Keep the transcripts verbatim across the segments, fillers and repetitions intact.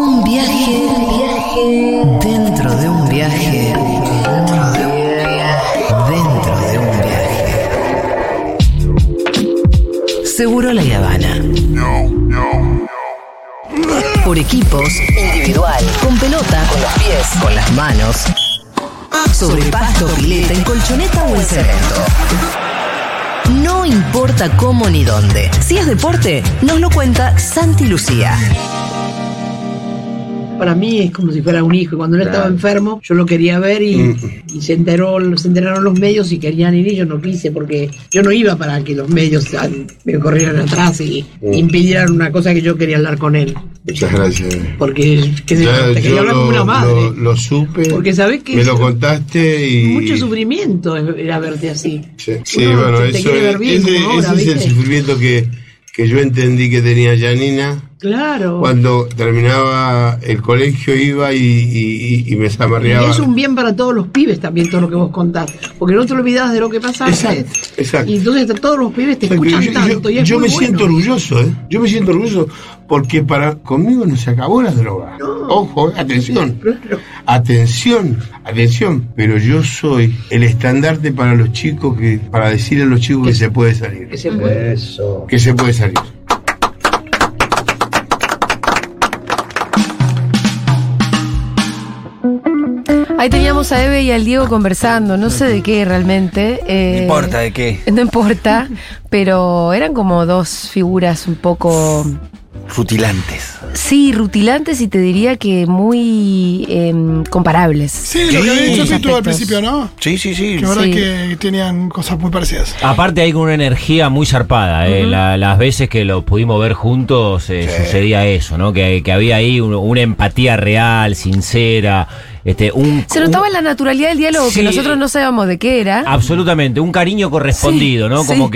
Un viaje, dentro de un viaje, dentro de un viaje, dentro de un viaje. Seguro La Habana. Por equipos, individual, con pelota, con los pies, con las manos, sobre pasto, pileta, en colchoneta o en cemento. No importa cómo ni dónde. Si es deporte, nos lo cuenta Santi Lucía. Para mí es como si fuera un hijo. Cuando él Claro. estaba enfermo, yo lo quería ver y, Mm. y se enteró, se enteraron los medios y querían ir y yo no quise porque yo no iba para que los medios ah, me corrieran atrás y Mm. impidieran una cosa que yo quería hablar con él. Muchas gracias. Porque, qué sé yo, Ya, te quería yo hablar lo, como una madre. lo, lo supe. Porque sabés que me es lo contaste y. mucho sufrimiento era verte así. Sí, sí, Uno bueno, te- te eso quiere ver es, bien ese, como ahora, ese es el ¿viste? sufrimiento que, que yo entendí que tenía Janina. Claro. Cuando terminaba el colegio iba y, y, y me Y zamarreaba. es un bien para todos los pibes también todo lo que vos contás. Porque no te olvidás de lo que pasa. Exacto, exacto. Y entonces todos los pibes te Porque escuchan yo, tanto. yo- y es yo muy me bueno. siento orgulloso, ¿eh? Yo me siento orgulloso porque para conmigo no se acabó la droga. No. Ojo, eh, atención. Claro. Atención, atención. Pero yo soy el estandarte para los chicos, que para decirle a los chicos que se puede salir. Que se puede. Eso. Que se puede salir. Ahí teníamos a Eve y al Diego conversando, no sé de qué realmente. eh, No importa de qué. No importa, pero eran como dos figuras un poco, Rutilantes. sí, rutilantes y te diría que muy em, comparables. Sí, lo que había dicho Muchos Pitu al aspectos. principio, ¿no? Sí, sí, sí. Que la verdad Sí. que tenían cosas muy parecidas. Aparte hay una energía muy zarpada, eh. La- las veces que lo pudimos ver juntos eh, Sí. sucedía eso, ¿no? Que, que había ahí un- una empatía real, sincera, este, un, Se notaba un- la naturalidad del diálogo Sí. que nosotros no sabíamos de qué era. absolutamente, un cariño correspondido, Sí, ¿no? sí. Como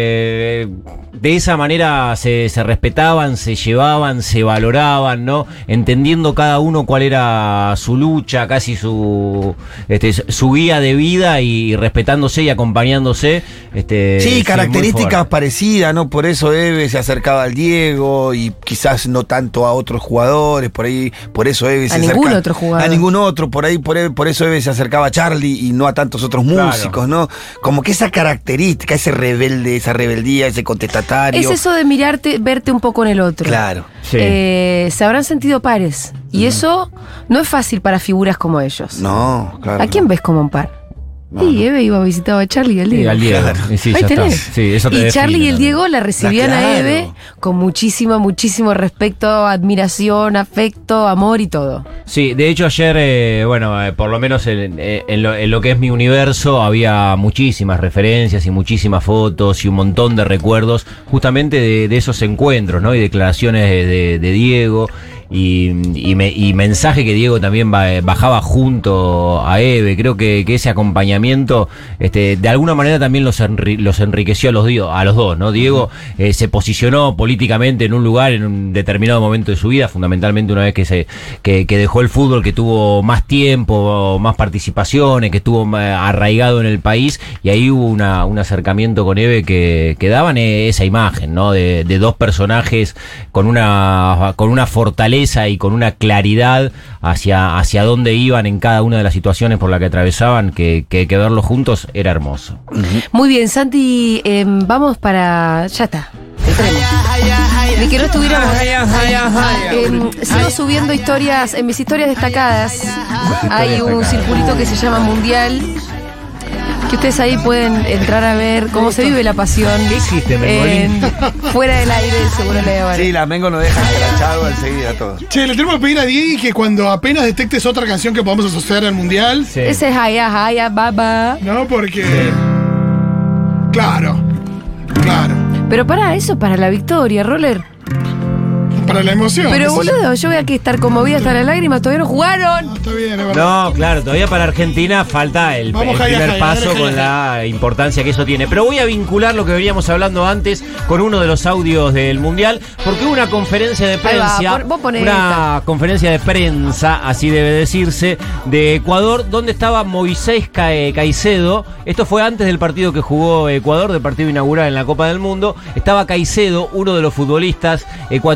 que eh, de esa manera se, se respetaban, se llevaban, se valoraban, ¿no? Entendiendo cada uno cuál era su lucha, casi su este, su guía de vida y, respetándose y acompañándose. Este, Sí, muy características fuerte. parecidas, ¿no? Por eso Eve se acercaba al Diego y quizás no tanto a otros jugadores, por ahí, por eso Eve se A ningún acercaba otro jugador. A ningún otro, por ahí, por, por eso Eve se acercaba a Charlie y no a tantos otros Claro. músicos, ¿no? Como que esa característica, ese rebelde, esa rebeldía, ese contestatario. Es eso de mirarte, verte un poco en el otro. Claro. Sí. Eh, se habrán sentido pares. Y eso no es fácil para figuras como ellos. No, claro. ¿A quién no. ves como un par? No, Sí, no. Eve iba a visitar a Charlie y al Sí, Diego. al Diego. Claro. Y sí, Ahí ya está. tenés. Sí, eso te y define Charlie y el también. Diego la recibían Claro. a Eve con muchísimo, muchísimo respeto, admiración, afecto, amor y todo. Sí, de hecho ayer, eh, bueno, eh, por lo menos en, eh, en lo, en lo que es mi universo, había muchísimas referencias y muchísimas fotos y un montón de recuerdos justamente de, de esos encuentros, ¿no? Y declaraciones de, de- de Diego y, y, me- y mensaje que Diego también ba- bajaba junto a Eve. Creo que, que ese acompañamiento, este, de alguna manera también los, enri- los enriqueció a los, dio- a los dos, ¿no? Diego eh, se posicionó políticamente en un lugar en un determinado momento de su vida, fundamentalmente una vez que se que, que dejó el fútbol, que tuvo más tiempo, más participaciones, que estuvo más arraigado en el país, y ahí hubo una, un acercamiento con Eve que, que daban eh, esa imagen, ¿no? De, de dos personajes con una con una fortaleza y con una claridad hacia, hacia dónde iban en cada una de las situaciones por las que atravesaban, que, que, que verlos juntos era hermoso. Muy bien, Santi, eh, vamos para... Ya está. Entremos. De que no estuviéramos... Eh, sigo subiendo historias, en mis historias destacadas hay un circulito que se llama Mundial, que ustedes ahí pueden entrar a ver cómo se vive la pasión. ¿Qué hiciste, en, Mengolín? fuera del aire, seguro le va a Sí, la Mengo nos deja escrachado enseguida todo. Che, le tenemos que pedir a Diego que cuando apenas detectes otra canción que podamos asociar al mundial, Sí. Ese es Haya Haya Baba. ¿no? Porque. Claro. Claro. Pero para eso, para la victoria, Roller. Para la emoción. Pero Sí. boludo, yo voy a que estar conmovida hasta las lágrimas, todavía no jugaron. Está bien, es verdad. No, claro, todavía para Argentina falta el, Vamos, el Jaya, primer Jaya, paso dale, con Jaya. la importancia que eso tiene. Pero voy a vincular lo que veníamos hablando antes con uno de los audios del Mundial, porque hubo una conferencia de Ahí va, prensa, pon- vos poné una conferencia de prensa, así debe decirse, de Ecuador, donde estaba Moisés Ca- eh, Caicedo. Esto fue antes del partido que jugó Ecuador, del partido inaugural en la Copa del Mundo. Estaba Caicedo, uno de los futbolistas ecuatorianos,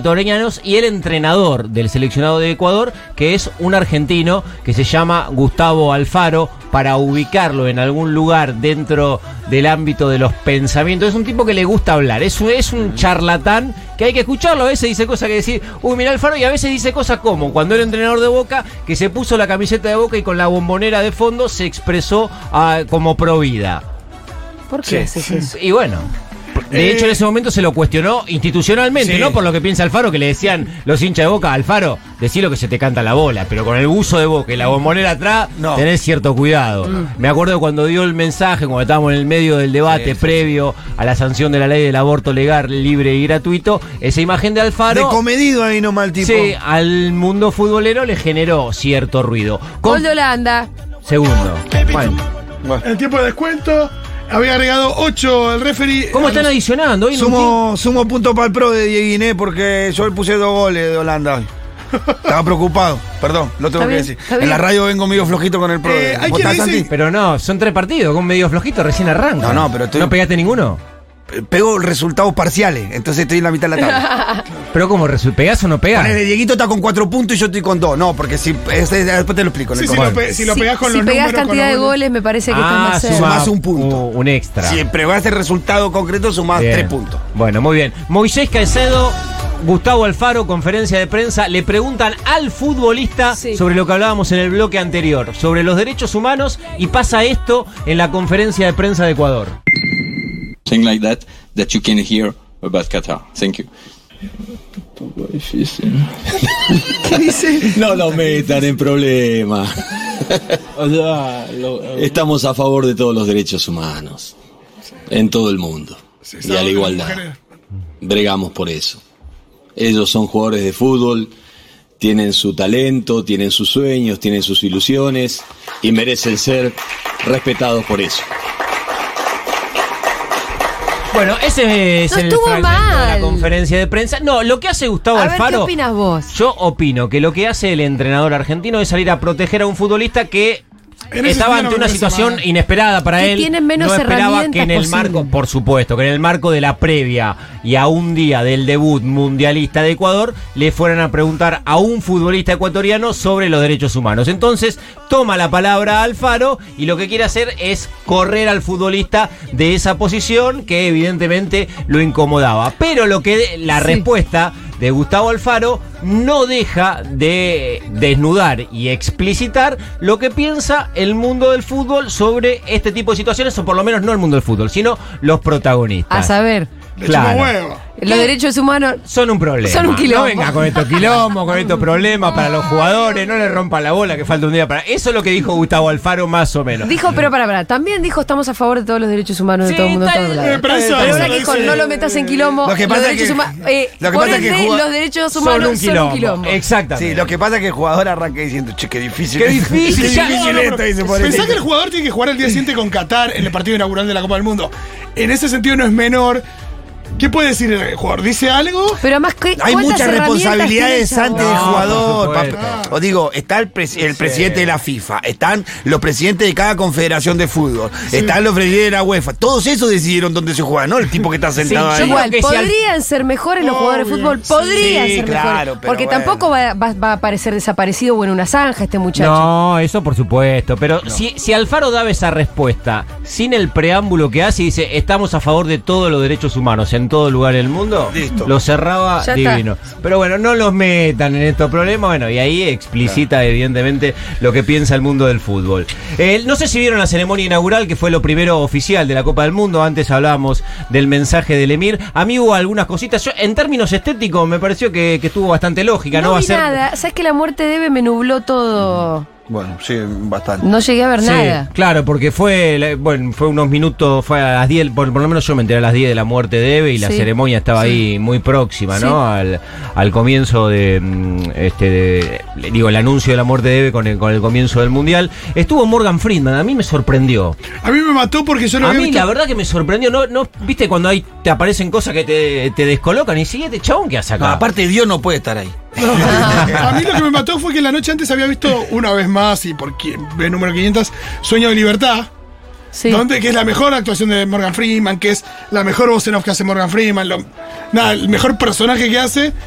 Unidos y el entrenador del seleccionado de Ecuador, que es un argentino que se llama Gustavo Alfaro, para ubicarlo en algún lugar dentro del ámbito de los pensamientos. Es un tipo que le gusta hablar, es un, es un charlatán que hay que escucharlo. A veces dice cosas que decir, uy, mirá Alfaro, y a veces dice cosas como cuando era entrenador de Boca, que se puso la camiseta de Boca y con la bombonera de fondo se expresó uh, como pro vida. ¿Por qué Sí. haces eso? Y bueno, de Eh, hecho en ese momento se lo cuestionó institucionalmente, sí. no por lo que piensa Alfaro, que le decían los hinchas de Boca, Alfaro, decí lo que se te canta la bola, pero con el buzo de Boca y la bombonera atrás, No. tenés cierto cuidado. Me acuerdo cuando dio el mensaje, cuando estábamos en el medio del debate Sí, sí, previo a la sanción de la ley del aborto legal, libre y gratuito, esa imagen de De Alfaro, comedido ahí nomás el tipo. sí, al mundo futbolero le generó cierto ruido. Con- Gol de Holanda. Segundo. Bueno, En tiempo de descuento, había agregado ocho el referee. ¿cómo a están los- adicionando? Hoy no Sumo, sumo punto para el pro de Dieguiné porque yo le puse dos goles de Holanda hoy. Estaba preocupado, perdón, lo tengo Está que bien, decir. está En bien. la radio vengo medio flojito con el pro. Eh, de- hay ¿Vos quien estás, dice- Santi? Pero no, son tres partidos, con medio flojito, recién arranca. No, no, pero estoy- ¿No pegaste ninguno? Pego resultados parciales, entonces estoy en la mitad de la tabla. Pero ¿cómo? resu- ¿Pegás o no pegás? Ponele, Dieguito está con cuatro puntos y yo estoy con dos. No, porque si. ese- después te lo explico. en el Sí, si comando. lo, pe- si lo Si- pegás con si los pegás números, con cantidad de los goles, me parece que está Ah, más cerca. sumás Sumás un punto. Un, un extra. Si pegás el resultado concreto, sumás Bien. tres puntos. Bueno, muy bien. Moisés Caicedo, Gustavo Alfaro, conferencia de prensa, le preguntan al futbolista Sí. sobre lo que hablábamos en el bloque anterior, sobre los derechos humanos, y pasa esto en la conferencia de prensa de Ecuador. Thing like that that you can hear about Qatar. Thank you. ¿Qué dice? No nos metan en problemas. Estamos a favor de todos los derechos humanos. En todo el mundo. Se Y sabe a la de las igualdad. mujeres. Bregamos por eso. Ellos son jugadores de fútbol, tienen su talento, tienen sus sueños, tienen sus ilusiones y merecen ser respetados por eso. Bueno, ese es No el estuvo fragmento de la mal. conferencia de prensa. No, lo que hace Gustavo A ver, Alfaro. ¿qué opinas vos? Yo opino que lo que hace el entrenador argentino es salir a proteger a un futbolista que En ese estaba sentido no ante me una parece situación mal. inesperada para Que él. tiene menos no esperaba que en el herramientas marco, posibles. por supuesto, que en el marco de la previa y a un día del debut mundialista de Ecuador le fueran a preguntar a un futbolista ecuatoriano sobre los derechos humanos. Entonces toma la palabra Alfaro y lo que quiere hacer es correr al futbolista de esa posición que evidentemente lo incomodaba. Pero lo que la Sí. respuesta de Gustavo Alfaro no deja de desnudar y explicitar lo que piensa el mundo del fútbol sobre este tipo de situaciones, o por lo menos no el mundo del fútbol, sino los protagonistas. A saber, Le Claro. chupa huevo. los derechos humanos. Son un problema. Son un quilombo. No venga con estos quilombos, con estos problemas para los jugadores, no le rompan la bola que falta un día para. Eso es lo que dijo Gustavo Alfaro más o menos. Dijo, pero para, para. También dijo, estamos a favor de todos los derechos humanos de Sí, todo el mundo. está todo bien, lado. eh, pero eso- Pero eso ahora lo que dijo, dice- no lo metas en quilombo. Lo que los pasa es derechos que- humanos. eh, lo que por pasa es que ende, juga- los derechos Son humanos un son un quilombo. quilombo. Exactamente. Sí, lo que pasa es que el jugador arranca diciendo, che, qué difícil. Qué difícil, Qué ya- difícil No, no, esto, pero dice por Pensá ahí. que el jugador tiene que jugar el día siguiente con Qatar en el partido inaugural de la Copa del Mundo. En ese sentido no es menor. ¿Qué puede decir el jugador? ¿Dice algo? Pero además, ¿qué, Hay cuántas muchas herramientas responsabilidades tiene el antes del chabón? No, jugador. por supuesto. papá. Os digo, está el, pres- el presidente de la FIFA, están los presidentes de cada confederación de fútbol, están los presidentes de la UEFA. Todos esos decidieron dónde se juega, no el tipo que está sentado yo ahí. creo Igual, que si al- podrían ser mejores los jugadores de Obvio, fútbol, sí. podrían Sí, ser claro, mejores. pero Porque bueno. tampoco va, va- va a aparecer desaparecido o en una zanja este muchacho. No, eso por supuesto. Pero si, si Alfaro daba esa respuesta sin el preámbulo que hace y dice estamos a favor de todos los derechos humanos en todo lugar del mundo, Listo. lo cerraba Ya está. divino. Pero bueno, no los metan en estos problemas. Bueno, y ahí explicita evidentemente lo que piensa el mundo del fútbol. Eh, no sé si vieron la ceremonia inaugural, que fue lo primero oficial de la Copa del Mundo. Antes hablábamos del mensaje del Emir. A mí hubo algunas cositas. Yo, en términos estéticos, me pareció que, que estuvo bastante lógica. No, No va a vi ser. nada. ¿Sabes que la muerte de Eve me nubló todo? Bueno, sí, bastante. No llegué a ver Sí, nada. claro, porque fue la- bueno, fue unos minutos, fue a las diez, por, por lo menos yo me enteré a las diez de la muerte de Eve y la Sí. ceremonia estaba ahí muy próxima, ¿no? Sí. Al, al comienzo de mm, este de- digo, el anuncio de la muerte de Eve con el, con el comienzo del Mundial. Estuvo Morgan Freeman, a mí me sorprendió. A mí me mató porque yo lo A había mí visto. la verdad que me sorprendió, no, no, viste cuando ahí te aparecen cosas que te, te descolocan y sigue este chabón que hace acá. No, aparte Dios no puede estar ahí. A mí lo que me mató fue que la noche antes había visto una vez más, y por qui- el número quinientos, Sueño de Libertad, Sí. donde que es la mejor actuación de Morgan Freeman, que es la mejor voz en off que hace Morgan Freeman, lo- nada, el mejor personaje que hace.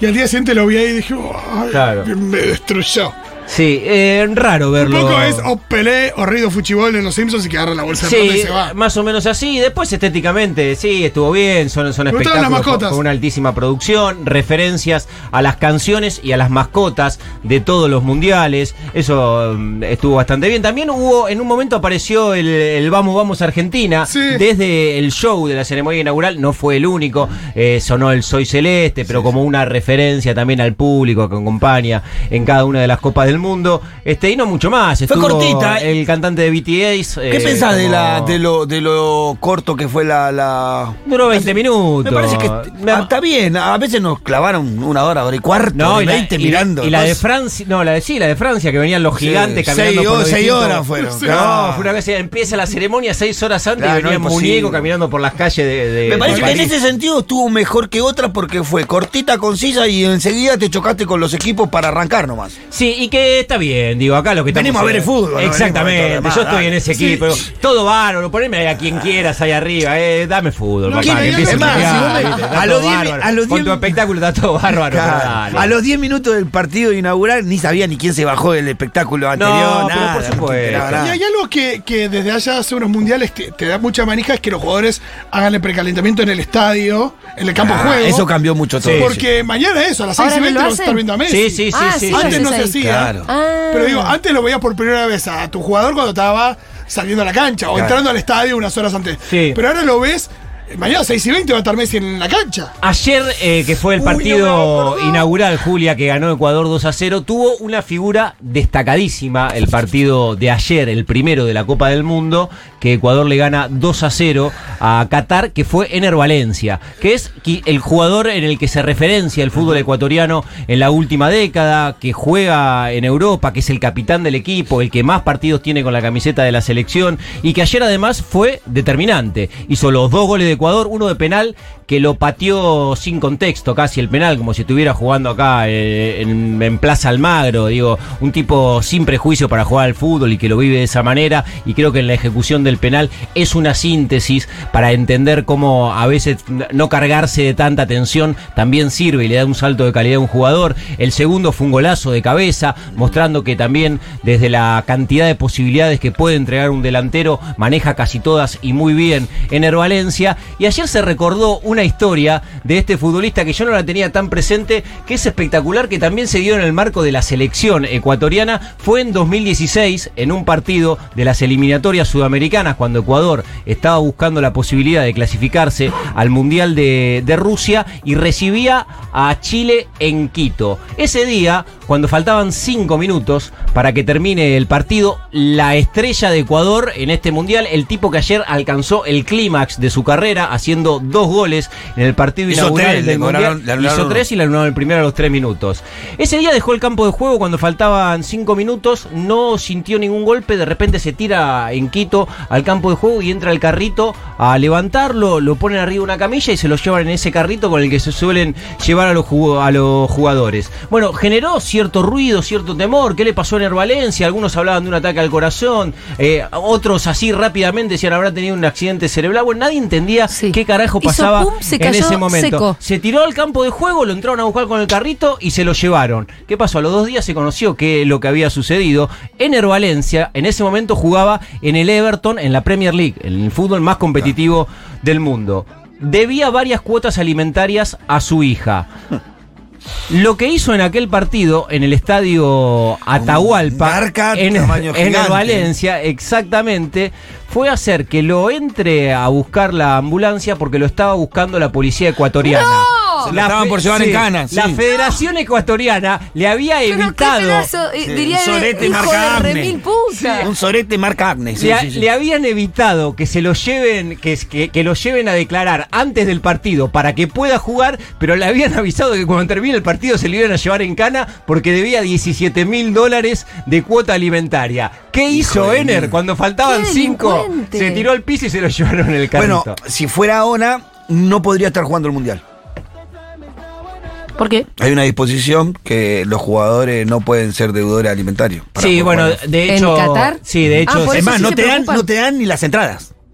Y al día siguiente lo vi ahí y dije, ay, Claro. me destruyó. Sí, eh, raro verlo. Un poco es o Pelé o Rido Fuchibol en Los Simpsons y que agarra la bolsa de plata y Sí, se va. más o menos así. Después estéticamente, sí, estuvo bien. Son, son Me gustaron las espectáculos con, mascotas. con una altísima producción, referencias a las canciones y a las mascotas de todos los mundiales. Eso mm, estuvo bastante bien. También hubo, en un momento apareció el, el Vamos, Vamos Argentina. Sí. Desde el show de la ceremonia inaugural, no fue el único. Eh, sonó el Soy Celeste, pero como una referencia también al público que acompaña en cada una de las Copas del Mundo. Este, y no mucho más. Fue Estuvo cortita, ¿eh? el cantante de B T S. ¿Qué eh, pensás de, como- la, de, lo, de lo corto que fue la. la... Duró veinte minutos. Me parece que Me- ah, está bien. A veces nos clavaron una hora, hora y cuarto, No, hora y y la, veinte y la- mirando. y la de cosas. Francia, no, la de sí, la de Francia, que venían los Sí, gigantes caminando seis por los horas- seis distintos- horas fueron, No, claro. fue una vez, empieza la ceremonia seis horas antes Claro, y venía no, el imposible. muñeco caminando por las calles de, de Me parece de que en París. ese sentido estuvo mejor que otra porque fue cortita, concisa y enseguida te chocaste con los equipos para arrancar nomás. Sí, y que está bien, digo, acá lo que estamos Venimos a ver el fútbol, no Exactamente, venimos a ver todo lo demás, yo estoy dale. en ese Sí. equipo. Todo bárbaro, poneme ahí a quien quieras ahí arriba, eh, dame fútbol, No, papá, ¿quién- que quién- empiece el es más, mundial, si vos me- ¿viste? Está a todo los diez- bárbaro. a los Con diez- tu espectáculo está todo bárbaro, Claro. pero dale. A los diez minutos del partido inaugural ni sabía ni quién se bajó del espectáculo anterior, No, pero nada. por no te supuesto. enteraba Y nada. hay algo que, que desde allá hace unos mundiales te, te da mucha manija, es que los jugadores hagan el precalentamiento en el estadio, en el campo de Ah, juego. eso cambió mucho todo. Porque mañana eso, a las seis ¿Ahora y no veinte lo vas a estar hacen? viendo a Messi. Sí, sí, sí, Ah, sí. sí, Antes lo no se haces ahí. hacía. Claro. Ah. Pero digo, antes lo veías por primera vez a tu jugador cuando estaba saliendo a la cancha o Claro. entrando al estadio unas horas antes. Sí. Pero ahora lo ves, eh, mañana a seis y veinte va a estar Messi en la cancha. Ayer, eh, que fue el Uy, no me partido acordaba. inaugural, Julia, que ganó Ecuador dos a cero, tuvo una figura destacadísima el partido de ayer, el primero de la Copa del Mundo, que Ecuador le gana dos a cero a Qatar, que fue Ener Valencia, que es qui- el jugador en el que se referencia el fútbol ecuatoriano en la última década, que juega en Europa, que es el capitán del equipo, el que más partidos tiene con la camiseta de la selección, y que ayer además fue determinante. Hizo los dos goles de Ecuador, uno de penal que lo pateó sin contexto, casi el penal, como si estuviera jugando acá eh, en, en Plaza Almagro, digo, un tipo sin prejuicio para jugar al fútbol y que lo vive de esa manera, y creo que en la ejecución del penal es una síntesis para entender cómo a veces no cargarse de tanta tensión también sirve y le da un salto de calidad a un jugador. El segundo fue un golazo de cabeza, mostrando que también desde la cantidad de posibilidades que puede entregar un delantero, maneja casi todas y muy bien Ener Valencia. Y ayer se recordó una historia de este futbolista que yo no la tenía tan presente, que es espectacular, que también se dio en el marco de la selección ecuatoriana. Fue en dos mil dieciséis, en un partido de las eliminatorias sudamericanas, cuando Ecuador estaba buscando la posibilidad de clasificarse al Mundial de, de Rusia y recibía a Chile en Quito. Ese día, cuando faltaban cinco minutos para que termine el partido, la estrella de Ecuador en este Mundial, el tipo que ayer alcanzó el clímax de su carrera, haciendo dos goles en el partido Hizo inaugural tres, del le Mundial, cobraron- le anularon hizo uno. tres y le anularon el primero a los tres minutos. Ese día dejó el campo de juego cuando faltaban cinco minutos, no sintió ningún golpe, de repente se tira en Quito al campo de juego y entra el carrito a levantarlo, lo ponen arriba de una camilla y se lo llevan en ese carrito con el que se suelen llevar a los, jugo- a los jugadores. Bueno, generó cierto ruido, cierto temor. ¿Qué le pasó a Ener Valencia? Algunos hablaban de un ataque al corazón, eh, otros así rápidamente decían habrá tenido un accidente cerebral. Bueno, nadie entendía Sí. qué carajo Hizo pasaba pum, se en cayó ese momento. seco. Se tiró al campo de juego, lo entraron a buscar con el carrito y se lo llevaron. ¿Qué pasó? A los dos días se conoció qué lo que había sucedido. Ener Valencia en ese momento jugaba en el Everton, en la Premier League, en el fútbol más competitivo del mundo. Debía varias cuotas alimentarias a su hija. Lo que hizo en aquel partido, en el estadio Atahualpa, Garca, en, tamaño en el gigante. Valencia, exactamente, fue hacer que lo entre a buscar la ambulancia porque lo estaba buscando la policía ecuatoriana. ¡No! Se lo estaban por llevar en cana, La sí. Federación Ecuatoriana le había Pero qué evitado... pedazo, eh, Sí, diría un sorete hijo marca de Agne. remil puta. Un sorete marca Agne. Sí, le, sí, sí. le habían evitado que se lo lleven, que, que, que lo lleven a declarar antes del partido para que pueda jugar, pero le habían avisado que cuando termine el partido se lo iban a llevar en cana porque debía diecisiete mil dólares de cuota alimentaria. ¿Qué hizo de Ener mil. cuando faltaban ¡Qué cinco? delincuente! Se tiró al piso y se lo llevaron en el carrito. Bueno, si fuera ahora, no podría estar jugando el Mundial. ¿Por qué? Hay una disposición que los jugadores no pueden ser deudores alimentarios. para sí, poder bueno, jugar. de ¿En hecho... Qatar? Sí, de hecho... Ah, por es Es eso más, sí no se te, dan, preocupan. no te dan ni las entradas.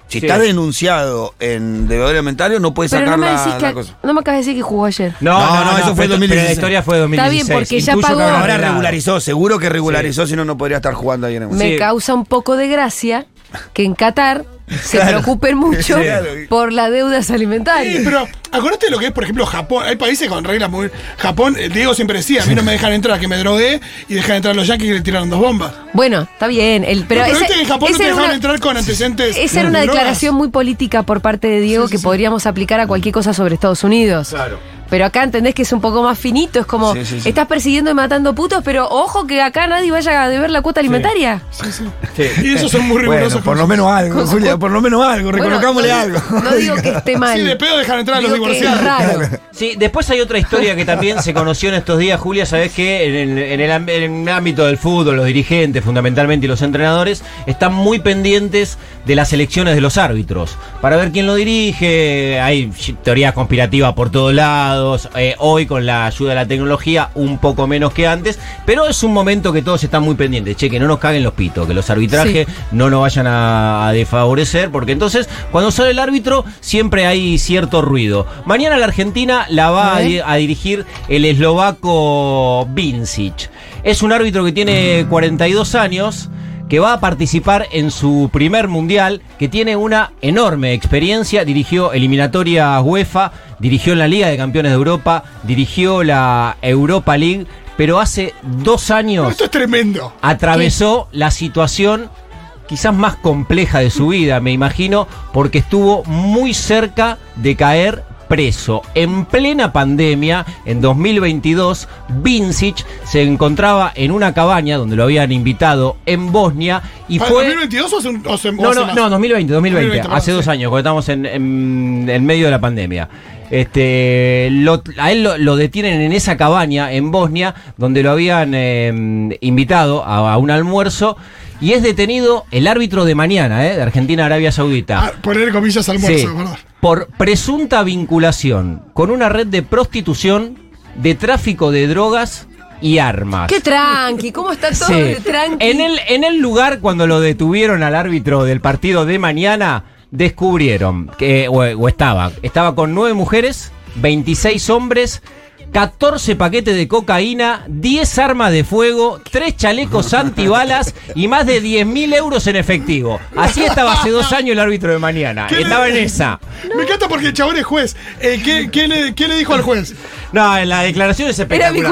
Si Sí. estás denunciado en deudor alimentario, no puedes Pero sacar no me la, decís la que. cosa. No me acabas de decir que jugó ayer. No, No, no, no, no, eso fue pero- dos mil dieciséis. pero la historia fue dos mil dieciséis. Está bien, porque ya Intuyo que pagó. habrá Ahora arreglado. regularizó, seguro que regularizó, si no, no podría estar jugando ahí en el Me Sí. causa un poco de gracia que en Qatar se Claro. preocupen mucho Sí, claro. por las deudas alimentarias. Sí, pero acordate de lo que es, por ejemplo, Japón. Hay países con reglas muy. Japón, eh, Diego siempre decía: a mí no me dejan entrar, que me drogué, y dejan entrar los yanquis que le tiraron dos bombas. Bueno, está bien. El, pero Pero, pero ese- viste que en Japón no esa te era dejaban una- entrar con antecedentes. Esa era una de drogas. declaración muy política por parte de Diego Sí, sí, que sí. podríamos aplicar a cualquier cosa sobre Estados Unidos. Claro. Pero acá entendés que es un poco más finito, es como, Sí, sí, sí. estás persiguiendo y matando putos, pero ojo que acá nadie vaya a deber la cuota alimentaria. Sí, sí. Sí. Y esos son muy rigurosos. Bueno, por con lo su- menos algo, con su- Julia, por lo menos algo, Bueno, reconozcámosle no, algo. No digo que esté mal. Sí, de pedo dejan entrar a los Digo que es divorciados. raro. Sí, después hay otra historia que también se conoció en estos días, Julia, sabés que en el, en el am- en el ámbito del fútbol, los dirigentes fundamentalmente y los entrenadores están muy pendientes de las elecciones de los árbitros, para ver quién lo dirige. Hay teorías conspirativas por todos lados, eh, hoy con la ayuda de la tecnología un poco menos que antes, pero es un momento que todos están muy pendientes, che, que no nos caguen los pitos, que los arbitrajes Sí. no nos vayan a, a desfavorecer, porque entonces cuando sale el árbitro siempre hay cierto ruido. Mañana la Argentina la va a, ¿Eh? di- a dirigir el eslovaco Vincic. Es un árbitro que tiene cuarenta y dos años, que va a participar en su primer mundial, que tiene una enorme experiencia, dirigió eliminatorias UEFA, dirigió en la Liga de Campeones de Europa, dirigió la Europa League, pero hace dos años Esto es tremendo. atravesó la situación quizás más compleja de su vida, me imagino, porque estuvo muy cerca de caer preso. En plena pandemia, en dos mil veintidós, Vincic se encontraba en una cabaña donde lo habían invitado en Bosnia y ¿Para fue... dos mil veintidós o hace un- o hace- o No, hace no, más? no, dos mil veinte, dos mil veinte, dos mil veinte, hace perdón, dos sí. años, cuando estamos en, en- en medio de la pandemia. Este, lo- a él lo, lo detienen en esa cabaña en Bosnia, donde lo habían eh, invitado a, a un almuerzo, y es detenido el árbitro de mañana, eh, de Argentina-Arabia Saudita. Ah, poner comillas almuerzo, Sí, perdón. por presunta vinculación con una red de prostitución, de tráfico de drogas y armas. Qué tranqui, ¿cómo está todo Sí. de tranqui? En el, en el lugar, cuando lo detuvieron al árbitro del partido de mañana, descubrieron que, o, o estaba, estaba con nueve mujeres, veintiséis hombres, catorce paquetes de cocaína, diez armas de fuego, tres chalecos antibalas y más de diez mil euros en efectivo. Así estaba hace dos años el árbitro de mañana. ¿Qué le- Estaba en esa. Me encanta porque el chabón es juez. Eh, ¿qué, qué le, ¿Qué le dijo al juez? No, en la declaración es Era espectacular. mi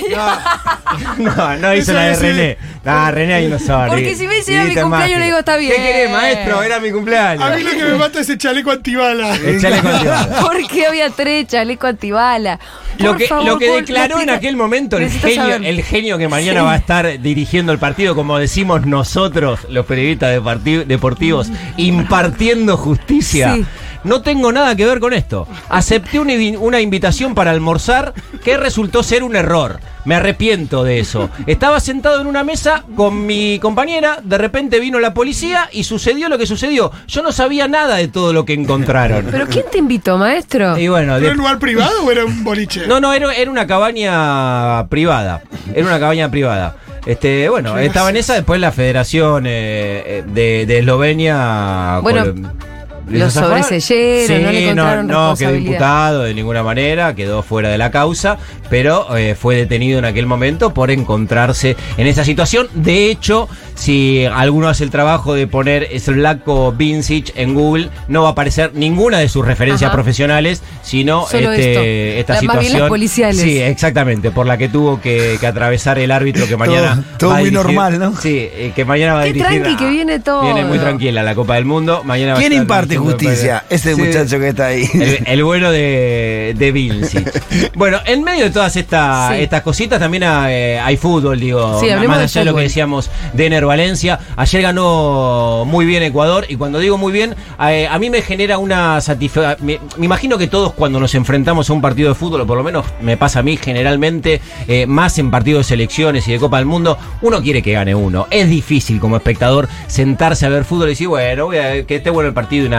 cumpleaños. No, no hizo Eso la de sí. René. No, René ahí no sabe. Porque si me dice era mi Grita cumpleaños, mágico. le digo, está bien. ¿Qué querés, maestro? Era mi cumpleaños. A mí lo que me mata es el chaleco antibala. Echale contigo. ¿Por qué había tres chaleco antibala? Lo Por que, favor, lo que Paul, declaró en explica- aquel momento el Necesito genio, saber. el genio que mañana Sí. va a estar dirigiendo el partido, como decimos nosotros, los periodistas deporti- deportivos, impartiendo justicia. Sí. No tengo nada que ver con esto. Acepté una, invi- una invitación para almorzar que resultó ser un error. Me arrepiento de eso. Estaba sentado en una mesa con mi compañera, de repente vino la policía y sucedió lo que sucedió. Yo no sabía nada de todo lo que encontraron. ¿Pero quién te invitó, maestro? Y bueno, ¿Era de- un lugar privado o era un boliche? no, no, era, era una cabaña privada. Era una cabaña privada. Este, bueno, estaba en esa, después la Federación eh, eh, de, de Eslovenia. Bueno, col- lo ¿hizo zafar? sobreseyeron, no le encontraron no, no quedó responsabilidad. imputado de ninguna manera, quedó fuera de la causa, pero eh, fue detenido en aquel momento por encontrarse en esa situación. De hecho, si alguno hace el trabajo de poner Slavko Vincic en Google, no va a aparecer ninguna de sus referencias Ajá. profesionales, sino Solo este, esto. esta La- más bien situación. las policiales. Sí, exactamente, por la que tuvo que, que atravesar el árbitro que mañana. Todo- todo va a muy dirigir- normal, ¿no? Sí, eh, que mañana va a Qué dirigir. tranqui que viene todo. Viene muy tranquila la Copa del Mundo. Mañana va a ¿Quién estar imparte dirigiendo el justicia? partido. Ese Sí. muchacho que está ahí. El, el bueno de, de Vincic. Bueno, en medio de todas estas, Sí. estas cositas también hay, hay fútbol, digo. Sí, hablemos más de allá de lo que fútbol. decíamos de Ener Valencia. Ayer ganó muy bien Ecuador, y cuando digo muy bien, eh, a mí me genera una satisfacción. Me, me imagino que todos, cuando nos enfrentamos a un partido de fútbol, o por lo menos me pasa a mí generalmente, eh, más en partidos de selecciones y de Copa del Mundo, uno quiere que gane uno. Es difícil como espectador sentarse a ver fútbol y decir, bueno, voy a, que esté bueno el partido y nada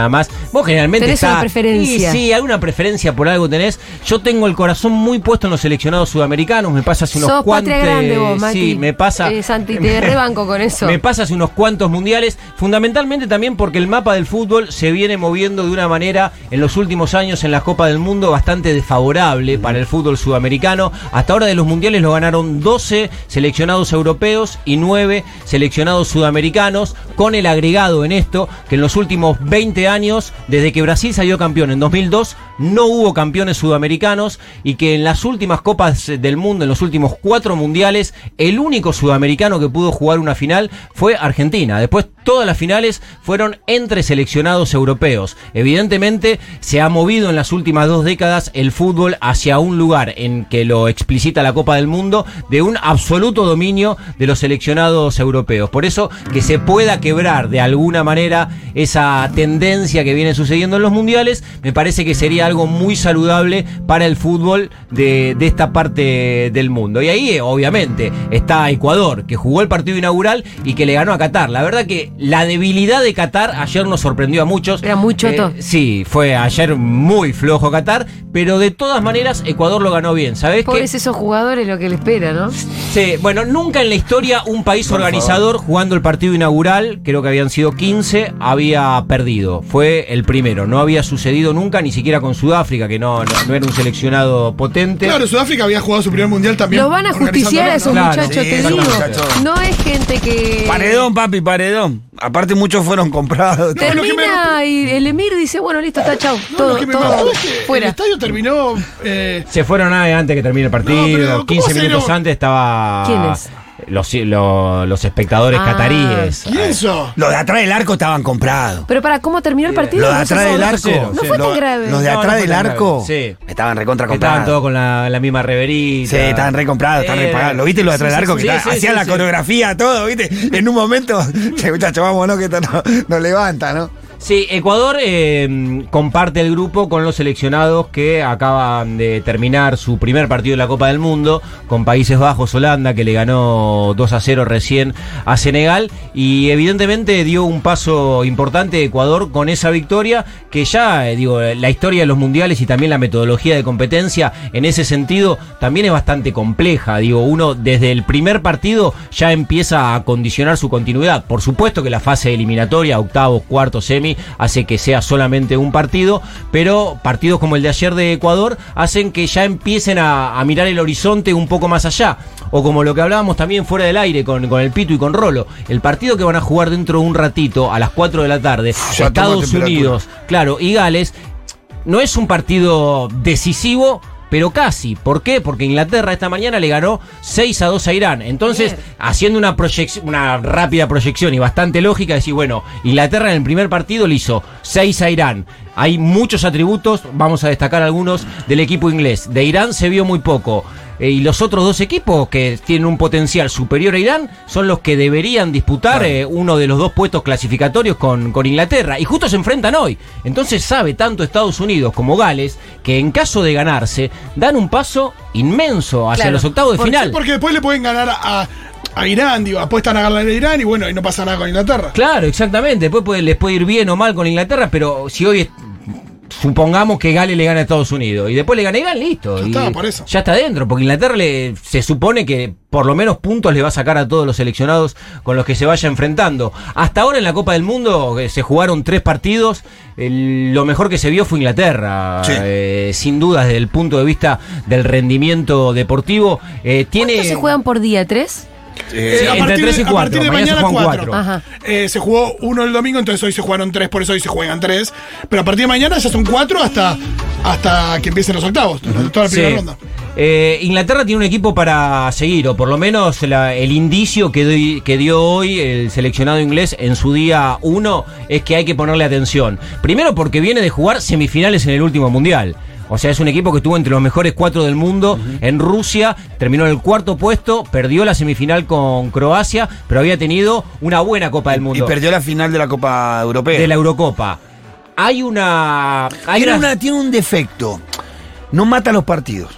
nada más. Vos generalmente tenés está, una preferencia. Y, sí, alguna preferencia por algo tenés. Yo tengo el corazón muy puesto en los seleccionados sudamericanos. Me pasa hace unos Sos cuantos. patria grande vos, Mati. Sí, me pasa. Eh, Santi, te rebanco con eso. Me pasa hace unos cuantos mundiales. Fundamentalmente también porque el mapa del fútbol se viene moviendo de una manera en los últimos años en la Copa del Mundo bastante desfavorable para el fútbol sudamericano. Hasta ahora de los mundiales lo ganaron doce seleccionados europeos y nueve seleccionados sudamericanos, con el agregado en esto que en los últimos veinte años, desde que Brasil salió campeón en dos mil dos, no hubo campeones sudamericanos, y que en las últimas Copas del Mundo, en los últimos cuatro mundiales, el único sudamericano que pudo jugar una final fue Argentina. Después todas las finales fueron entre seleccionados europeos. Evidentemente se ha movido en las últimas dos décadas el fútbol hacia un lugar en que lo explicita la Copa del Mundo, de un absoluto dominio de los seleccionados europeos. Por eso que se pueda quebrar de alguna manera esa tendencia que viene sucediendo en los mundiales, me parece que sería algo muy saludable para el fútbol de, de esta parte del mundo. Y ahí, obviamente, está Ecuador, que jugó el partido inaugural y que le ganó a Qatar. La verdad que la debilidad de Qatar ayer nos sorprendió a muchos. Era muy choto. Eh, sí, fue ayer muy flojo Qatar, pero de todas maneras Ecuador lo ganó bien. ¿Sabés qué? Pobres esos jugadores, lo que le espera, ¿no? Sí, bueno, nunca en la historia un país Por organizador favor. jugando el partido inaugural, creo que habían sido quince, había perdido. Fue el primero, no había sucedido nunca, ni siquiera con Sudáfrica, que no, no, no era un seleccionado potente. Claro, Sudáfrica había jugado su primer mundial también. Lo van a justiciar a esos Claro, muchachos, sí, te esos digo. muchachos. No es gente que... Paredón, papi, paredón. Aparte muchos fueron comprados. No, lo que Termina y el Emir dice, bueno, listo, está, chau. No, todo, lo que me todo mató es que fuera. el estadio terminó. Eh, Se fueron antes que termine el partido, No, pero ¿cómo quince se minutos no? antes estaba... ¿Quiénes? Los, los, los espectadores Ah. cataríes. ¿Quién sos? Los de atrás del arco estaban comprados. Pero para, ¿cómo terminó el partido? Los de No sé atrás si- del dos a arco. cero, No sí. fue tan Los- grave. Los de No, no atrás fue del tan arco. grave, sí. Estaban recontra Estaban comprados. todos con la, la misma reverita. Sí, estaban recomprados, estaban Eh, repagados. ¿Lo viste los de atrás del arco? sí, Que sí, estaban- sí, hacían sí, la sí. coreografía, todo, ¿viste? En un momento, che, muchachos, vámonos que esto no, no levanta, ¿no? Sí, Ecuador eh, comparte el grupo con los seleccionados que acaban de terminar su primer partido de la Copa del Mundo, con Países Bajos, Holanda, que le ganó dos a cero recién a Senegal, y evidentemente dio un paso importante Ecuador con esa victoria, que ya, eh, digo, la historia de los mundiales y también la metodología de competencia en ese sentido también es bastante compleja. Digo, uno desde el primer partido ya empieza a condicionar su continuidad. Por supuesto que la fase eliminatoria, octavos, cuartos, semi, hace que sea solamente un partido, pero partidos como el de ayer de Ecuador hacen que ya empiecen a, a mirar el horizonte un poco más allá. O como lo que hablábamos también fuera del aire con, con el Pitu y con Rolo, el partido que van a jugar dentro de un ratito a las cuatro de la tarde, Ya Estados toma Unidos, claro, y Gales, no es un partido decisivo, pero casi. ¿Por qué? Porque Inglaterra esta mañana le ganó seis a dos a Irán. Entonces, Bien. haciendo una proyección, una rápida proyección y bastante lógica, decir, bueno, Inglaterra en el primer partido le hizo seis a Irán. Hay muchos atributos, vamos a destacar algunos del equipo inglés. De Irán se vio muy poco. Eh, y los otros dos equipos que tienen un potencial superior a Irán son los que deberían disputar eh, uno de los dos puestos clasificatorios con, con Inglaterra. Y justo se enfrentan hoy. Entonces sabe tanto Estados Unidos como Gales que en caso de ganarse dan un paso inmenso hacia Claro. los octavos de ¿Por qué? final. Porque después le pueden ganar a, a Irán, digo, apuestan a ganar a Irán y bueno, y no pasa nada con Inglaterra. Claro, exactamente. Después puede- les puede ir bien o mal con Inglaterra, pero si hoy es- supongamos que Gales le gana a Estados Unidos y después le gana a Irán, listo. Ya Y está, por eso. Ya está dentro, porque Inglaterra le, se supone que por lo menos puntos le va a sacar a todos los seleccionados con los que se vaya enfrentando. Hasta ahora en la Copa del Mundo eh, se jugaron tres partidos. El- lo mejor que se vio fue Inglaterra, Sí. eh, sin duda desde el punto de vista del rendimiento deportivo. Eh, tiene ¿Cuántos se juegan por día? ¿Tres? Eh, Sí, a entre partir tres de- y a cuatro. partir de Mañana se mañana juegan cuatro. cuatro. Ajá. Eh, se jugó uno el domingo, entonces hoy se jugaron tres, por eso hoy se juegan tres. Pero a partir de mañana ya son cuatro hasta, hasta que empiecen los octavos, toda la primera Sí. ronda. Eh, Inglaterra tiene un equipo para seguir, o por lo menos la- el indicio que, doy- que dio hoy el seleccionado inglés en su día uno es que hay que ponerle atención. Primero porque viene de jugar semifinales en el último mundial. O sea, es un equipo que estuvo entre los mejores cuatro del mundo en Rusia, terminó en el cuarto puesto, perdió la semifinal con Croacia, pero había tenido una buena Copa del Y Mundo. perdió la final de la Copa Europea. De la Eurocopa. Hay una... Hay tiene, una- una- tiene un defecto. No mata los partidos.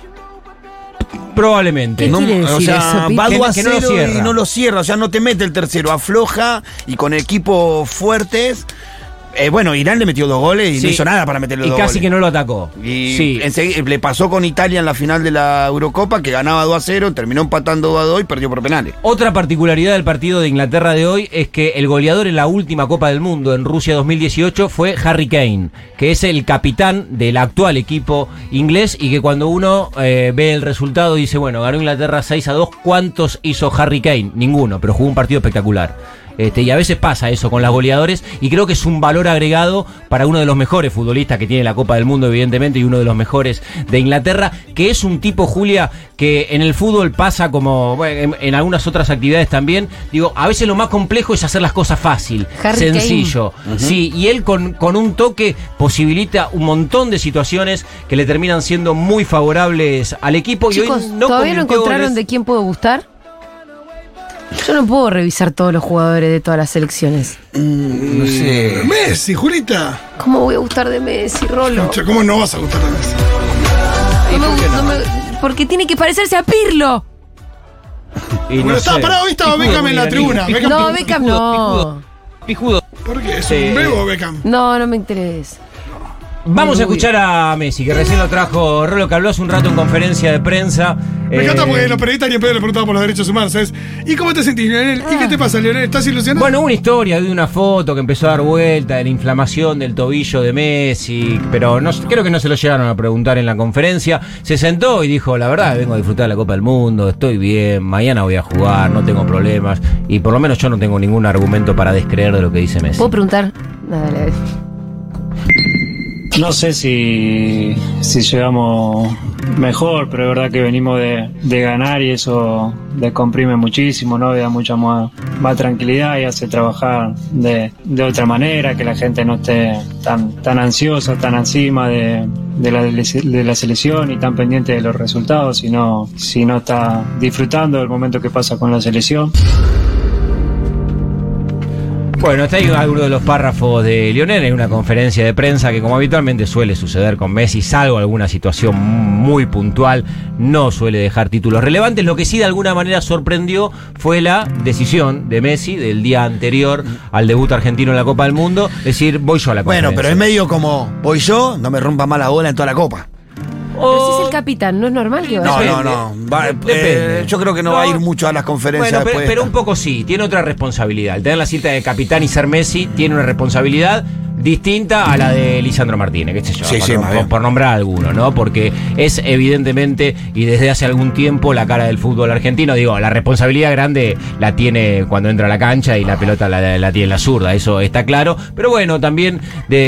Probablemente. ¿Qué No, quiere o decir sea, eso, Pete? va Que- dos a que no lo cero cierra. y no lo cierra. O sea, no te mete el tercero. Afloja y con equipos fuertes Eh, bueno, Irán le metió dos goles y Sí. no hizo nada para meterle Y dos casi goles. que no lo atacó. Y Sí. enseguida- le pasó con Italia en la final de la Eurocopa, que ganaba dos a cero, terminó empatando dos a dos y perdió por penales. Otra particularidad del partido de Inglaterra de hoy es que el goleador en la última Copa del Mundo en Rusia dos mil dieciocho fue Harry Kane, que es el capitán del actual equipo inglés y que cuando uno eh, ve el resultado dice, bueno, ganó Inglaterra seis a dos, ¿cuántos hizo Harry Kane? Ninguno, pero jugó un partido espectacular. Este, y a veces pasa eso con los goleadores y creo que es un valor agregado para uno de los mejores futbolistas que tiene la Copa del Mundo, evidentemente, y uno de los mejores de Inglaterra, que es un tipo, Julia, que en el fútbol pasa como bueno, en, en algunas otras actividades también. Digo, a veces lo más complejo es hacer las cosas fácil, Harry sencillo. Kane. Sí, y él con, con un toque posibilita un montón de situaciones que le terminan siendo muy favorables al equipo. Chicos, y hoy no ¿todavía no convirtió encontraron goles. de quién puedo gustar? Yo no puedo revisar todos los jugadores de todas las selecciones. No sé. Messi, Julita. ¿Cómo voy a gustar de Messi, Rolo? Che, ¿cómo no vas a gustar de Messi? No me gu- no me- porque tiene que parecerse a Pirlo. Y Bueno, no estaba sé. parado, hoy estaba Pijudo, Beckham en la mira, tribuna. pijudo. Beckham- No, Beckham no. Pijudo. ¿Por qué? ¿Es Sí. un bebo Beckham? No, no me interesa. Vamos a Muy escuchar a Messi, que recién lo trajo Rolo, que habló hace un rato en conferencia de prensa. Me Eh, encanta porque los periodistas ni en pedo le preguntaban por los derechos humanos, ¿sabes? ¿Y cómo te sentís, Lionel? ¿Y qué te pasa, Lionel? ¿Estás ilusionado? Bueno, una historia de una foto que empezó a dar vuelta de la inflamación del tobillo de Messi, pero no, creo que no se lo llegaron a preguntar en la conferencia. Se sentó y dijo, la verdad, vengo a disfrutar de la Copa del Mundo, estoy bien, mañana voy a jugar, no tengo problemas, y por lo menos yo no tengo ningún argumento para descreer de lo que dice Messi. ¿Puedo preguntar? Nada, dale. No sé si, si llegamos mejor, pero es verdad que venimos de, de ganar y eso descomprime muchísimo, ¿no? Da mucha más, más tranquilidad y hace trabajar de, de otra manera, que la gente no esté tan, tan ansiosa, tan encima de, de, la, de la selección y tan pendiente de los resultados, sino, sino está disfrutando del momento que pasa con la selección. Bueno, está ahí alguno de los párrafos de Lionel en una conferencia de prensa que, como habitualmente suele suceder con Messi, salvo alguna situación muy puntual, no suele dejar títulos relevantes. Lo que sí de alguna manera sorprendió fue la decisión de Messi del día anterior al debut argentino en la Copa del Mundo, decir, voy yo a la conferencia. Bueno, pero es medio como, voy yo, no me rompa más la bola en toda la Copa. Pero si es el capitán, ¿no es normal que vaya? No, no, no. Va- eh, Depende. yo creo que no, va a ir mucho a las conferencias Bueno, pero, después. pero un poco sí, tiene otra responsabilidad. El tener la cita de capitán y ser Messi tiene una responsabilidad distinta a la de Lisandro Martínez, qué sé yo, Sí, por, sí, más por- bien. por nombrar alguno, ¿no? Porque es evidentemente y desde hace algún tiempo la cara del fútbol argentino. Digo, la responsabilidad grande la tiene cuando entra a la cancha y la pelota la, la tiene la zurda, eso está claro. Pero bueno, también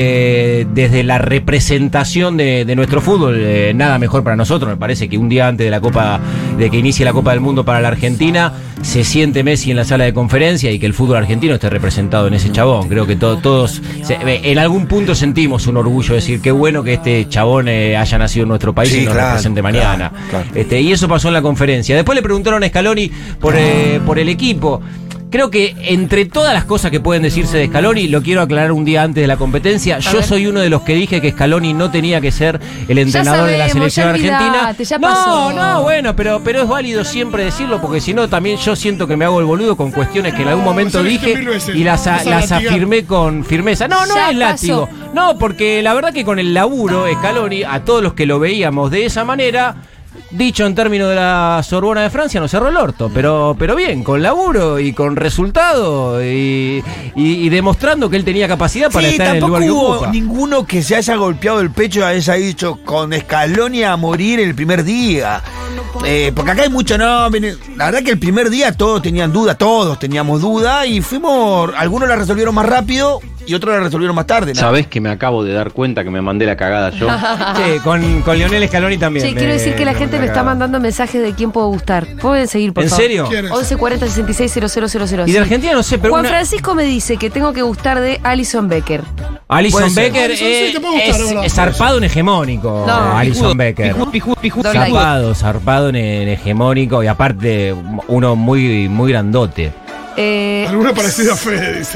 de, desde la representación de, de nuestro fútbol, eh, nada mejor para nosotros. Me parece que un día antes de la Copa, de que inicie la Copa del Mundo para la Argentina, se siente Messi en la sala de conferencia y que el fútbol argentino esté representado en ese chabón. Creo que to- todos se- en algún punto sentimos un orgullo de decir qué bueno que este chabón eh, haya nacido en nuestro país Sí, y nos claro, represente mañana. claro, claro. Este, y eso pasó en la conferencia. Después le preguntaron a Scaloni por, eh, por el equipo. Creo que entre todas las cosas que pueden decirse de Scaloni, lo quiero aclarar un día antes de la competencia, yo ver. soy uno de los que dije que Scaloni no tenía que ser el entrenador de la sabemos, selección ya argentina. olvidate, ya no, pasó. no, bueno, pero, pero es válido siempre decirlo, porque si no también yo siento que me hago el boludo con cuestiones que en algún momento Lo sabiste dije mil veces. y las, Vas a las latigar. afirmé con firmeza. No, no Ya es látigo. pasó. No, porque la verdad que con el laburo, Scaloni, a todos los que lo veíamos de esa manera, dicho en términos de la Sorbona de Francia, nos cerró el orto, pero, pero bien, con laburo y con resultado y, y, y demostrando que él tenía capacidad para Sí, estar en el tampoco lugar que hubo ocupa. ninguno que se haya golpeado el pecho y haya dicho con Scaloni a morir el primer día. Eh, porque acá hay mucho, no, viene- la verdad que el primer día todos tenían duda, todos teníamos duda y fuimos, algunos la resolvieron más rápido y otros la resolvieron más tarde. ¿no? ¿Sabés que me acabo de dar cuenta que me mandé la cagada yo? Sí, con, con Lionel Scaloni también. Che, me- quiero decir que la me gente me mandé está cagada. mandando mensajes de quién puedo gustar. ¿Pueden seguir, por ¿En favor? serio? ¿Quién es? once cuarenta sesenta y seis cero cero cero cero. Y de Argentina no sé, pero Juan una- Francisco me dice que tengo que gustar de Alison Becker. Alison Puede ser. Becker Alison, sí, eh, te puede gustar, es, ¿verdad? es zarpado en hegemónico. No. Alison Becker. Don't like. Zarpado, zarpado en, en hegemónico y aparte uno muy, muy grandote. Eh, Alguna parecida a Fede, dice.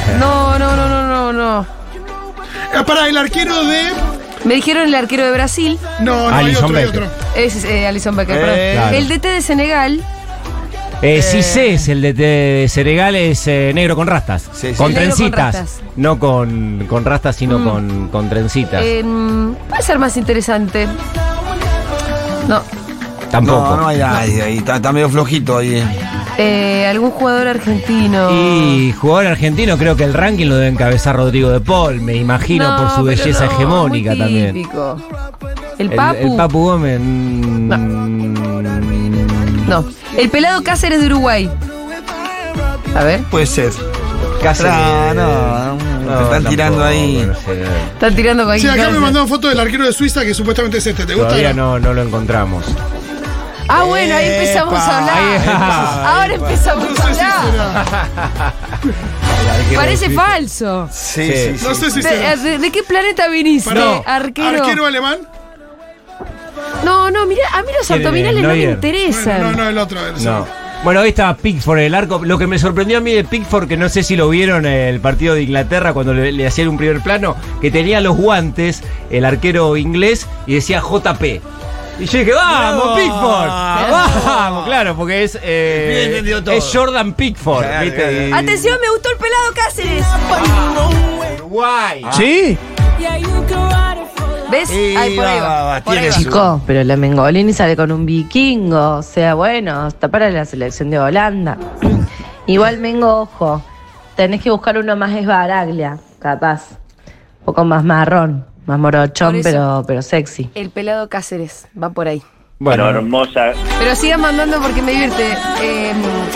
no, no, no, no, no, no. Ah, para el arquero de. Me dijeron el arquero de Brasil. No, no, hay Alison otro, hay Becker. otro. Es eh, Alison Becker, Eh, perdón. claro. El D T de Senegal. Eh, Cissé es el de, de Senegal, es eh, negro con rastas. Sí, sí. Con El negro con trencitas. rastas. No con, con rastas, sino Mm. con, con trencitas. Eh, puede ser más interesante. No. Tampoco. No, no hay nadie ahí. Está, está medio flojito ahí. Eh, algún jugador argentino. Y jugador argentino, creo que el ranking lo debe encabezar Rodrigo de Paul, me imagino, No, por su pero belleza no, hegemónica muy también. típico. El El, Papu. el Papu Gómez. mm, No. El pelado Cáceres de Uruguay. A ver. Puede ser. Cáceres. No, no, No, te están tampoco, tirando ahí. no sé. Están tirando con Sí, acá me mandaron foto del arquero de Suiza que supuestamente es este. ¿Te gusta? Todavía no, no lo encontramos. Ah, bueno, ahí empezamos Epa, a hablar. ahí, epa, Ahora empezamos No a sé si hablar. será. Parece falso. Sí, Sí. sí, sí. No sé si ¿De, será. de- de qué planeta viniste, Pará, arquero? ¿Arquero alemán? No, no, mira, a mí los ¿Quién es? abdominales no me Neuer. interesan. No, no, el otro. el No. segundo. Bueno, ahí está Pickford, el arco. Lo que me sorprendió a mí de Pickford, que no sé si lo vieron en el partido de Inglaterra cuando le, le hacían un primer plano, que tenía los guantes, el arquero inglés, y decía J P. Y yo dije, vamos, Bravo. Pickford. Bravo. Vamos, claro, porque es, eh, Bien entendido todo. es Jordan Pickford. Claro, ¿viste? claro. Y- Atención, me gustó el pelado Cáceres. Uruguay. ¿Sí? ¿Ves? Sí, Ahí por ahí va, va. va, va, Por ahí tiene va. su- Chico, pero la Mengolini sale con un vikingo. O sea, bueno, está para la selección de Holanda. Igual Mengo, ojo, tenés que buscar uno más esbaraglia, capaz. Un poco más marrón, más Por morochón, eso. pero, pero sexy. El pelado Cáceres va por ahí. Bueno, hermosa. Pero sigan mandando porque me divierte eh,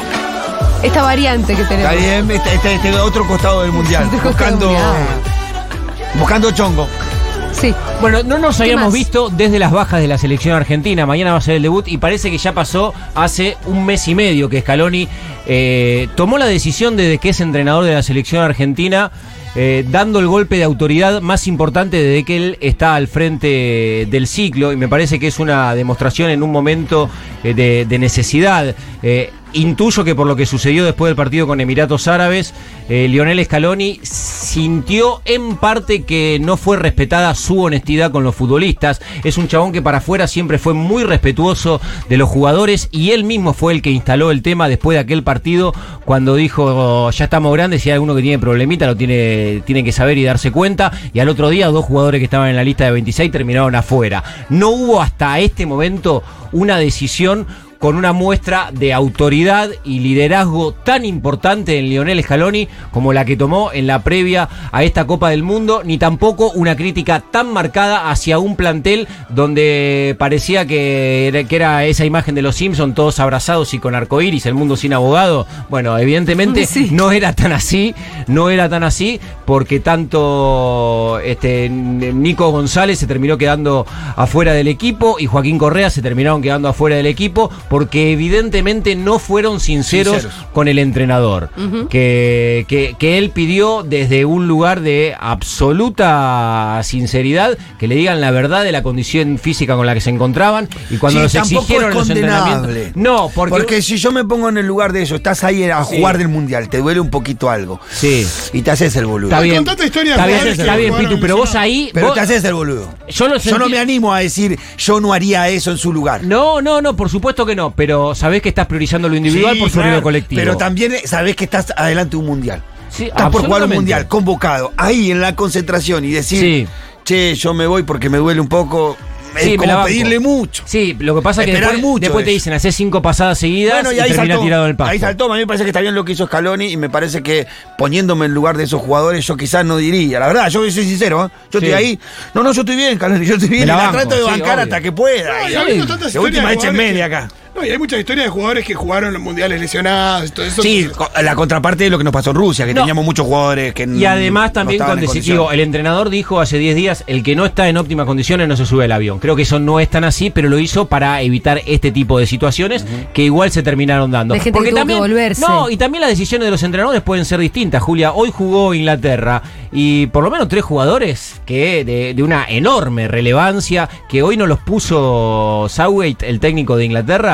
esta variante que tenemos. Está bien, este, este, este otro costado del mundial. Otro costado Buscando. del mundial. Buscando chongo. Sí. Bueno, no nos ¿Qué habíamos más? visto desde las bajas de la selección argentina. Mañana va a ser el debut y parece que ya pasó hace un mes y medio que Scaloni eh, tomó la decisión de que es entrenador de la selección argentina, eh, dando el golpe de autoridad más importante desde que él está al frente del ciclo, y me parece que es una demostración en un momento eh, de, de necesidad. Eh, Intuyo que por lo que sucedió después del partido con Emiratos Árabes, eh, Lionel Scaloni sintió en parte que no fue respetada su honestidad con los futbolistas. Es un chabón que para afuera siempre fue muy respetuoso de los jugadores, y él mismo fue el que instaló el tema después de aquel partido cuando dijo, oh, ya estamos grandes, si hay alguno que tiene problemita lo tiene, tiene que saber y darse cuenta, y al otro día dos jugadores que estaban en la lista de veintiséis terminaron afuera. No hubo hasta este momento una decisión con una muestra de autoridad y liderazgo tan importante en Lionel Scaloni como la que tomó en la previa a esta Copa del Mundo, ni tampoco una crítica tan marcada hacia un plantel donde parecía que era, que era esa imagen de los Simpsons, todos abrazados y con arcoíris, el mundo sin abogado. Bueno, evidentemente Sí. no era tan así, no era tan así, porque tanto este, Nico González se terminó quedando afuera del equipo y Joaquín Correa se terminaron quedando afuera del equipo, porque evidentemente no fueron sinceros, Sinceros. con el entrenador, Ujú. que, que, que él pidió desde un lugar de absoluta sinceridad que le digan la verdad de la condición física con la que se encontraban, y cuando Sí, los tampoco exigieron es en los condenable. entrenamientos. No, porque, Porque si yo me pongo en el lugar de eso, estás ahí a Sí. jugar del mundial, te duele un poquito algo. Sí. Y te haces el boludo. Está bien, Contate historias está de bien, jugadores está que bien, jugaron Pitu, pero vos lesionados. ahí... Pero vos- te haces el boludo. Yo lo Yo sentí- no me animo a decir, yo no haría eso en su lugar. No, no, no, por supuesto que no, pero sabés que estás priorizando lo individual Sí, por sobre claro, lo colectivo. Pero también eh, sabés que estás adelante de un mundial. Sí, Estás por jugar un absolutamente. mundial, convocado, ahí en la concentración y decir, Sí. che, yo me voy porque me duele un poco. Es Sí, me la como banco. pedirle mucho. Sí, lo que pasa es que Esperar después, mucho después te de dicen, hacer cinco pasadas seguidas Bueno, y, y ahí termina saltó, tirado en el pasto. ahí saltó, a mí me parece que está bien lo que hizo Scaloni y me parece que poniéndome en lugar de esos jugadores yo quizás no diría, la verdad, yo voy a ser sincero, ¿eh? yo Sí. estoy ahí, no, no, yo estoy bien, Scaloni, yo estoy bien, Me la y la banco, trato de sí, bancar obvio. hasta que pueda. No, y y- habiendo tantas de última historias de echen jugadores media que- acá. No, y hay muchas historias de jugadores que jugaron los mundiales lesionados y todo eso. Sí, co- la contraparte de lo que nos pasó en Rusia, que No. teníamos muchos jugadores que Y además también no estaban con en decisivo, condiciones. el entrenador dijo hace diez días, el que no está en óptimas condiciones no se sube al avión. Creo que eso no es tan así, pero lo hizo para evitar este tipo de situaciones que igual se terminaron dando. De gente que tuvo que volverse. No, y también las decisiones de los entrenadores pueden ser distintas, Julia. Hoy jugó Inglaterra y por lo menos tres jugadores que de, de una enorme relevancia, que hoy no los puso Southgate, el técnico de Inglaterra,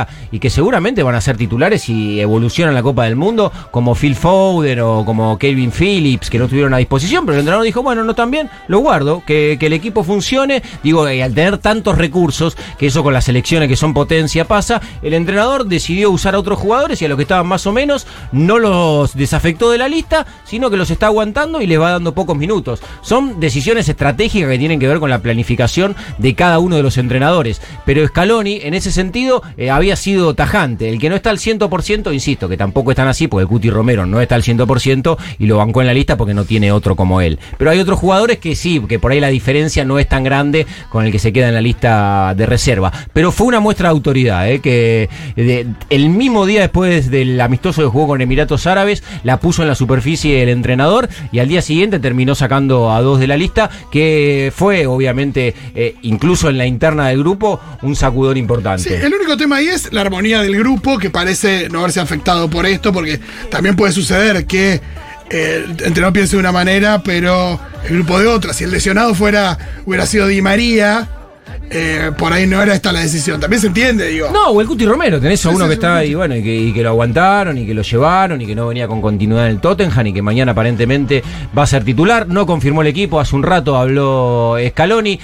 y que seguramente van a ser titulares y evolucionan la Copa del Mundo, como Phil Foden o como Calvin Phillips, que no estuvieron a disposición, pero el entrenador dijo, bueno, no tan bien, lo guardo, que, que el equipo funcione. Digo, y al tener tantos recursos, que eso con las selecciones que son potencia pasa, el entrenador decidió usar a otros jugadores y a los que estaban más o menos no los desafectó de la lista, sino que los está aguantando y les va dando pocos minutos. Son decisiones estratégicas que tienen que ver con la planificación de cada uno de los entrenadores, pero Scaloni en ese sentido eh, había sido tajante. El que no está al cien por ciento, insisto, que tampoco están así, porque el Cuti Romero no está al cien por ciento y lo bancó en la lista porque no tiene otro como él. Pero hay otros jugadores que sí, que por ahí la diferencia no es tan grande con el que se queda en la lista de reserva. Pero fue una muestra de autoridad, eh, que de, el mismo día después del amistoso que jugó con Emiratos Árabes, la puso en la superficie el entrenador y al día siguiente terminó sacando a dos de la lista, que fue obviamente, eh, incluso en la interna del grupo, un sacudón importante. Sí, el único tema ahí es la armonía del grupo, que parece no haberse afectado por esto, porque también puede suceder que eh, el entrenador piense de una manera, pero el grupo de otra. Si el lesionado fuera hubiera sido Di María, Eh, por ahí no era esta la decisión. También se entiende, digo. No, o el Cuti Romero, tenés a uno que está ahí, bueno, y que, y que lo aguantaron, y que lo llevaron, y que no venía con continuidad en el Tottenham, y que mañana aparentemente va a ser titular. No confirmó el equipo, hace un rato habló Scaloni.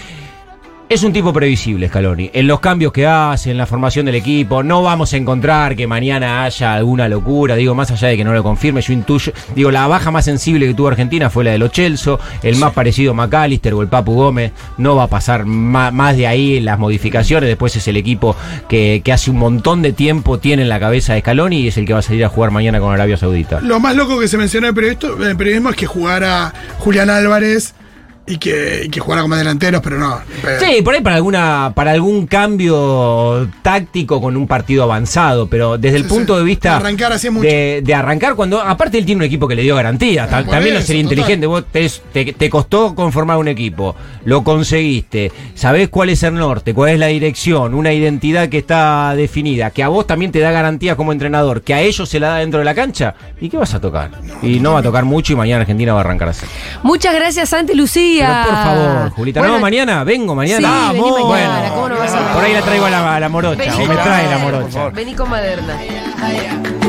Es un tipo previsible, Scaloni. En los cambios que hace, en la formación del equipo, no vamos a encontrar que mañana haya alguna locura. Digo, más allá de que no lo confirme, yo intuyo. Digo, la baja más sensible que tuvo Argentina fue la de Lo Celso. El más parecido, McAllister o el Papu Gómez. No va a pasar más, más de ahí en las modificaciones. Después es el equipo que, que hace un montón de tiempo tiene en la cabeza de Scaloni y es el que va a salir a jugar mañana con Arabia Saudita. Lo más loco que se mencionó en el periodismo es que jugara Julián Álvarez y que, y que jugara como delanteros, pero no. Pero... Sí, por ahí para alguna para algún cambio táctico con un partido avanzado, pero desde el sí, punto sí. de vista de arrancar, así mucho. De, de arrancar cuando, aparte él tiene un equipo que le dio garantía, Ta, también eso, no sería total. inteligente, vos te, te, te costó conformar un equipo, lo conseguiste, sabés cuál es el norte, cuál es la dirección, una identidad que está definida, que a vos también te da garantía como entrenador, que a ellos se la da dentro de la cancha, ¿y qué vas a tocar? No, y no va a tocar mucho y mañana Argentina va a arrancar así. Muchas gracias, Santi Lucía. Pero por favor, Julita, bueno, no, mañana, vengo mañana. Sí, Vamos, vení mañana, bueno, ¿cómo no vas a por ahí la traigo a la, a la morocha, vení, o me trae la morocha. Vení con Maderna.